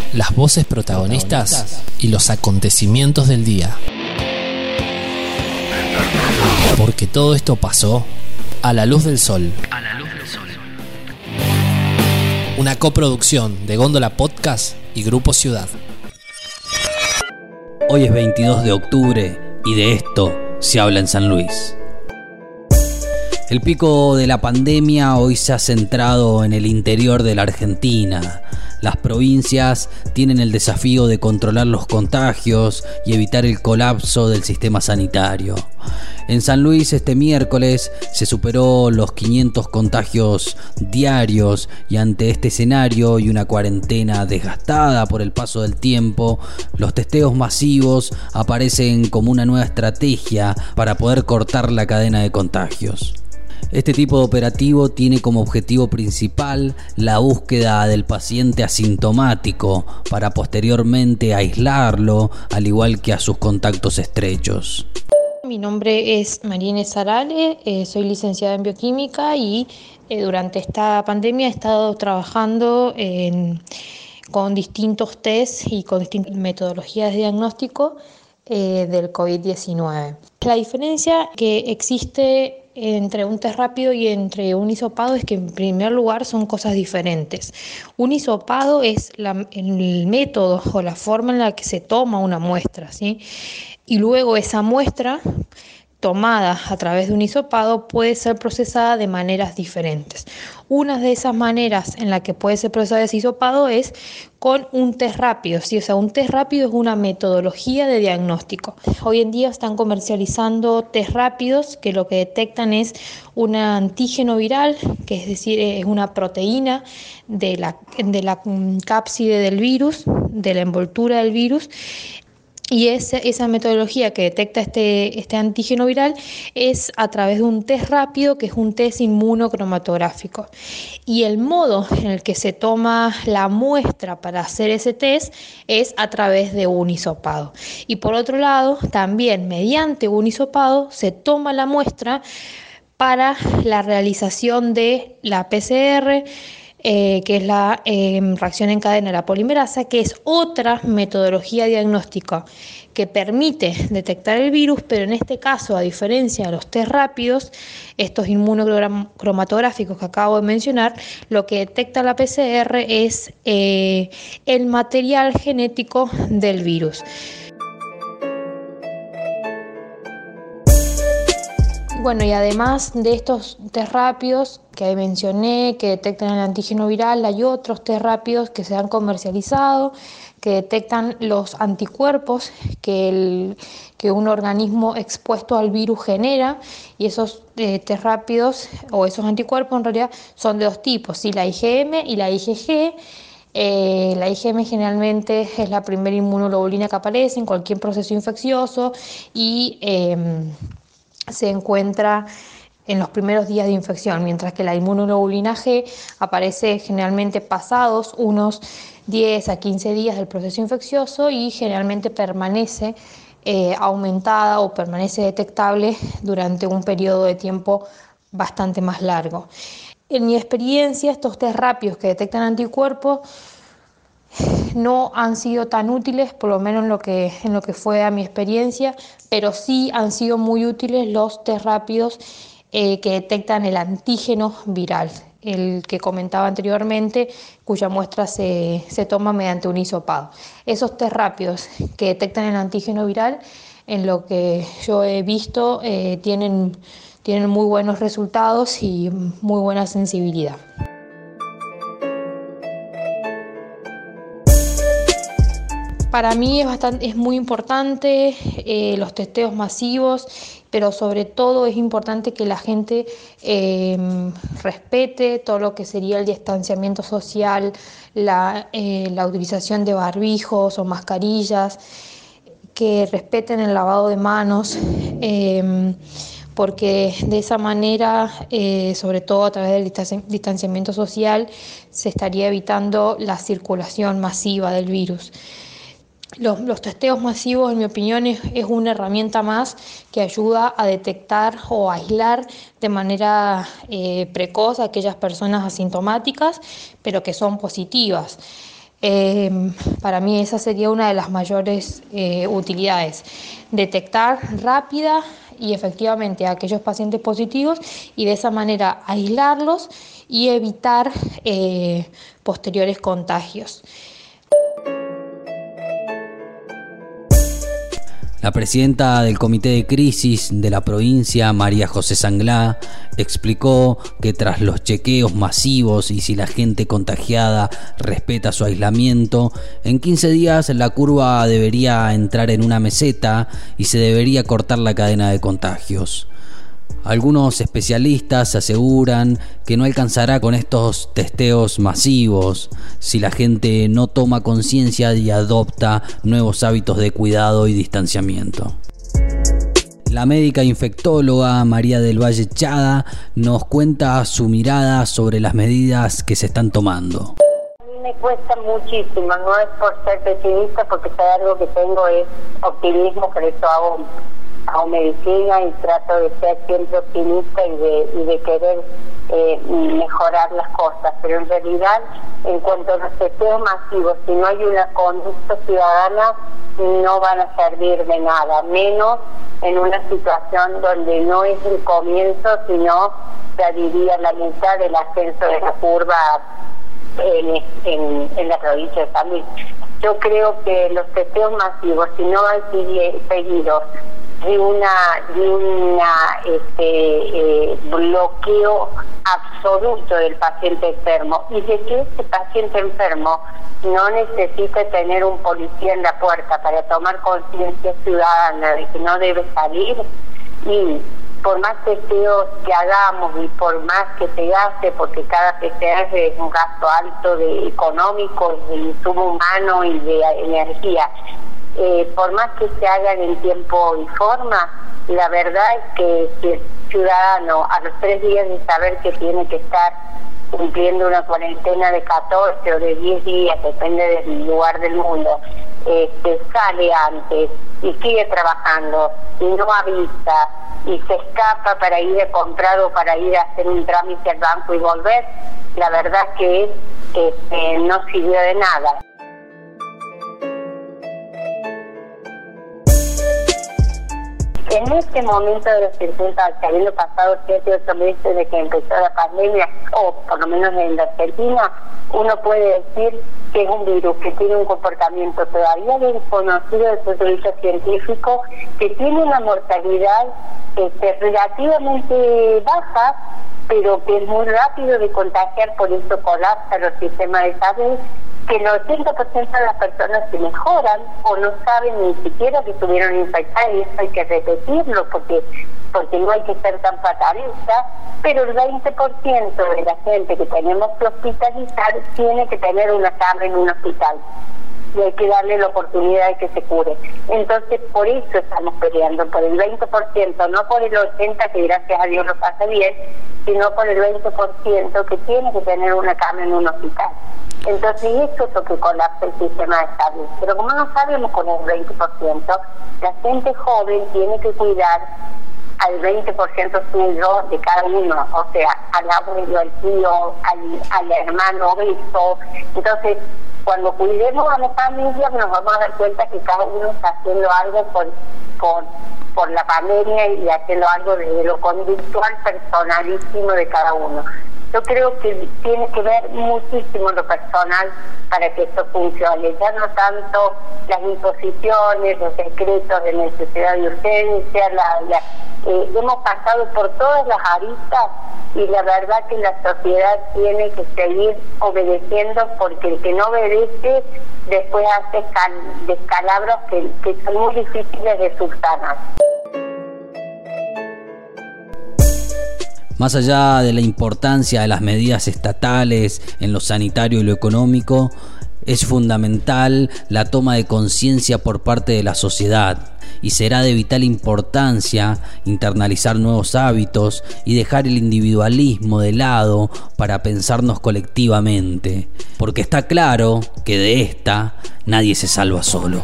las voces protagonistas y los acontecimientos del día. Porque todo esto pasó a la luz del sol. Una coproducción de Góndola Podcast y Grupo Ciudad. Hoy es 22 de octubre y de esto se habla en San Luis. El pico de la pandemia hoy se ha centrado en el interior de la Argentina. Las provincias tienen el desafío de controlar los contagios y evitar el colapso del sistema sanitario. En San Luis este miércoles se superó los 500 contagios diarios y ante este escenario y una cuarentena desgastada por el paso del tiempo, los testeos masivos aparecen como una nueva estrategia para poder cortar la cadena de contagios. Este tipo de operativo tiene como objetivo principal la búsqueda del paciente asintomático para posteriormente aislarlo, al igual que a sus contactos estrechos. Mi nombre es María Inés Sarale, soy licenciada en bioquímica y durante esta pandemia he estado trabajando con distintos test y con distintas metodologías de diagnóstico del COVID-19. La diferencia que existe entre un test rápido y entre un hisopado es que en primer lugar son cosas diferentes. Un hisopado es el método o la forma en la que se toma una muestra, ¿sí? Y luego esa muestra tomada a través de un hisopado puede ser procesada de maneras diferentes. Una de esas maneras en la que puede ser procesado ese hisopado es con un test rápido, ¿sí? O sea, un test rápido es una metodología de diagnóstico. Hoy en día están comercializando test rápidos que lo que detectan es un antígeno viral, que es decir, es una proteína de la cápside del virus, de la envoltura del virus. Y esa metodología que detecta este antígeno viral es a través de un test rápido, que es un test inmunocromatográfico. Y el modo en el que se toma la muestra para hacer ese test es a través de un hisopado. Y por otro lado, también mediante un hisopado se toma la muestra para la realización de la PCR, que es la reacción en cadena de la polimerasa, que es otra metodología diagnóstica que permite detectar el virus, pero en este caso, a diferencia de los test rápidos, estos inmunocromatográficos que acabo de mencionar, lo que detecta la PCR es el material genético del virus. Bueno, y además de estos test rápidos que mencioné, que detectan el antígeno viral, hay otros test rápidos que se han comercializado, que detectan los anticuerpos que un organismo expuesto al virus genera, y esos test rápidos o esos anticuerpos en realidad son de dos tipos, ¿sí? La IgM y la IgG. La IgM generalmente es la primera inmunoglobulina que aparece en cualquier proceso infeccioso y se encuentra en los primeros días de infección, mientras que la inmunoglobulina G aparece generalmente pasados unos 10 a 15 días del proceso infeccioso y generalmente permanece aumentada o permanece detectable durante un periodo de tiempo bastante más largo. En mi experiencia, estos test rápidos que detectan anticuerpos no han sido tan útiles, por lo menos en lo que fue a mi experiencia, pero sí han sido muy útiles los test rápidos que detectan el antígeno viral, el que comentaba anteriormente, cuya muestra se toma mediante un hisopado. Esos test rápidos que detectan el antígeno viral, en lo que yo he visto, tienen muy buenos resultados y muy buena sensibilidad. Para mí es muy importante los testeos masivos, pero sobre todo es importante que la gente respete todo lo que sería el distanciamiento social, la utilización de barbijos o mascarillas, que respeten el lavado de manos, porque de esa manera, sobre todo a través del distanciamiento social, se estaría evitando la circulación masiva del virus. Los testeos masivos, en mi opinión, es una herramienta más que ayuda a detectar o aislar de manera precoz a aquellas personas asintomáticas, pero que son positivas. Para mí esa sería una de las mayores utilidades, detectar rápida y efectivamente a aquellos pacientes positivos y de esa manera aislarlos y evitar posteriores contagios. La presidenta del Comité de Crisis de la provincia, María José Sanglá, explicó que tras los chequeos masivos y si la gente contagiada respeta su aislamiento, en 15 días la curva debería entrar en una meseta y se debería cortar la cadena de contagios. Algunos especialistas aseguran que no alcanzará con estos testeos masivos si la gente no toma conciencia y adopta nuevos hábitos de cuidado y distanciamiento. La médica infectóloga María del Valle Chada nos cuenta su mirada sobre las medidas que se están tomando. A mí me cuesta muchísimo, no es por ser pesimista, porque si hay algo que tengo es optimismo, por eso hago medicina y trato de ser siempre optimista y de querer mejorar las cosas, pero en realidad en cuanto a los testeos masivos, si no hay una conducta ciudadana no van a servir de nada, menos en una situación donde no es el comienzo, sino ya diría la mitad del ascenso de la curva en la provincia de San Luis. Yo creo que los testeos masivos, si no van seguidos de un bloqueo absoluto del paciente enfermo y de que este paciente enfermo no necesita tener un policía en la puerta para tomar conciencia ciudadana de que no debe salir, y por más testeos que hagamos y por más que se gaste, porque cada PCR es un gasto alto de económico, de insumo humano y de energía, por más que se hagan en tiempo y forma, la verdad es que si el ciudadano a los 3 días de saber que tiene que estar cumpliendo una cuarentena de 14 o de 10 días, depende del lugar del mundo, sale antes y sigue trabajando y no avisa y se escapa para ir a comprar o para ir a hacer un trámite al banco y volver, la verdad que no sirvió de nada. En este momento de las circunstancias, habiendo pasado 7 o 8 meses desde que empezó la pandemia, o por lo menos en la Argentina, uno puede decir que es un virus que tiene un comportamiento todavía desconocido desde el punto de vista científico, que tiene una mortalidad relativamente baja, pero que es muy rápido de contagiar, por eso colapsa los sistemas de salud, que el 80% de las personas se mejoran o no saben ni siquiera que estuvieron infectadas, y eso hay que repetirlo porque no hay que ser tan fatalista, pero el 20% de la gente que tenemos que hospitalizar tiene que tener una cama en un hospital y hay que darle la oportunidad de que se cure. Entonces, por eso estamos peleando, por el 20%, no por el 80% que gracias a Dios lo pasa bien, sino por el 20% que tiene que tener una cama en un hospital. Entonces eso es lo que colapsa el sistema de salud. Pero como no sabemos con el 20%, la gente joven tiene que cuidar al 20% suyo de cada uno, o sea, al abuelo, al tío, al hermano obeso. Entonces, cuando cuidemos a la familia nos vamos a dar cuenta que cada uno está haciendo algo por la pandemia y haciendo algo desde lo conductual personalísimo de cada uno. Yo creo que tiene que ver muchísimo lo personal para que esto funcione, ya no tanto las imposiciones, los decretos de necesidad y urgencia, hemos pasado por todas las aristas y la verdad que la sociedad tiene que seguir obedeciendo, porque el que no obedece después hace descalabros que son muy difíciles de subsanar. Más allá de la importancia de las medidas estatales en lo sanitario y lo económico, es fundamental la toma de conciencia por parte de la sociedad y será de vital importancia internalizar nuevos hábitos y dejar el individualismo de lado para pensarnos colectivamente, porque está claro que de esta nadie se salva solo.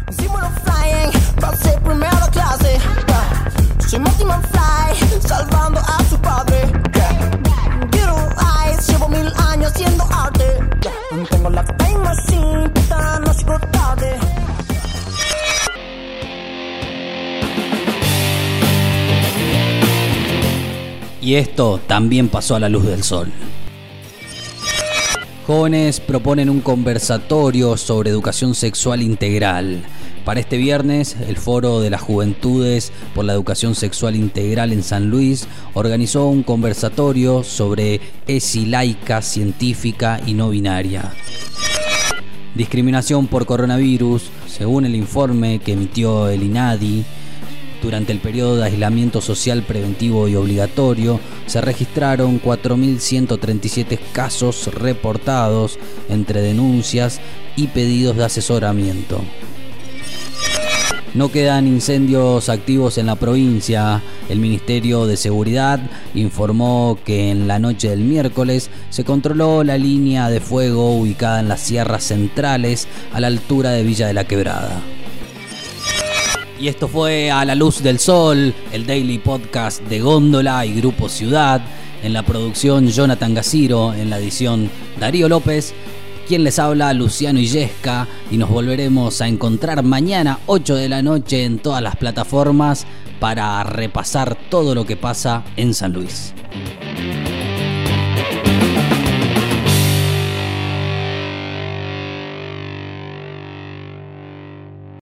Salvando a su padre. Little Eyes, llevo 1000 años siendo arte. Tengo la time machine. Y esto también pasó a la luz del sol. Jóvenes proponen un conversatorio sobre educación sexual integral. Para este viernes, el Foro de las Juventudes por la Educación Sexual Integral en San Luis organizó un conversatorio sobre ESI laica, científica y no binaria. Discriminación por coronavirus. Según el informe que emitió el INADI, durante el periodo de aislamiento social preventivo y obligatorio, se registraron 4.137 casos reportados entre denuncias y pedidos de asesoramiento. No quedan incendios activos en la provincia. El Ministerio de Seguridad informó que en la noche del miércoles se controló la línea de fuego ubicada en las sierras centrales a la altura de Villa de la Quebrada. Y esto fue A la Luz del Sol, el daily podcast de Góndola y Grupo Ciudad. En la producción Jonathan Gaciro, en la edición Darío López. Quien les habla, Luciano Illesca, y nos volveremos a encontrar mañana 8 de la noche en todas las plataformas para repasar todo lo que pasa en San Luis.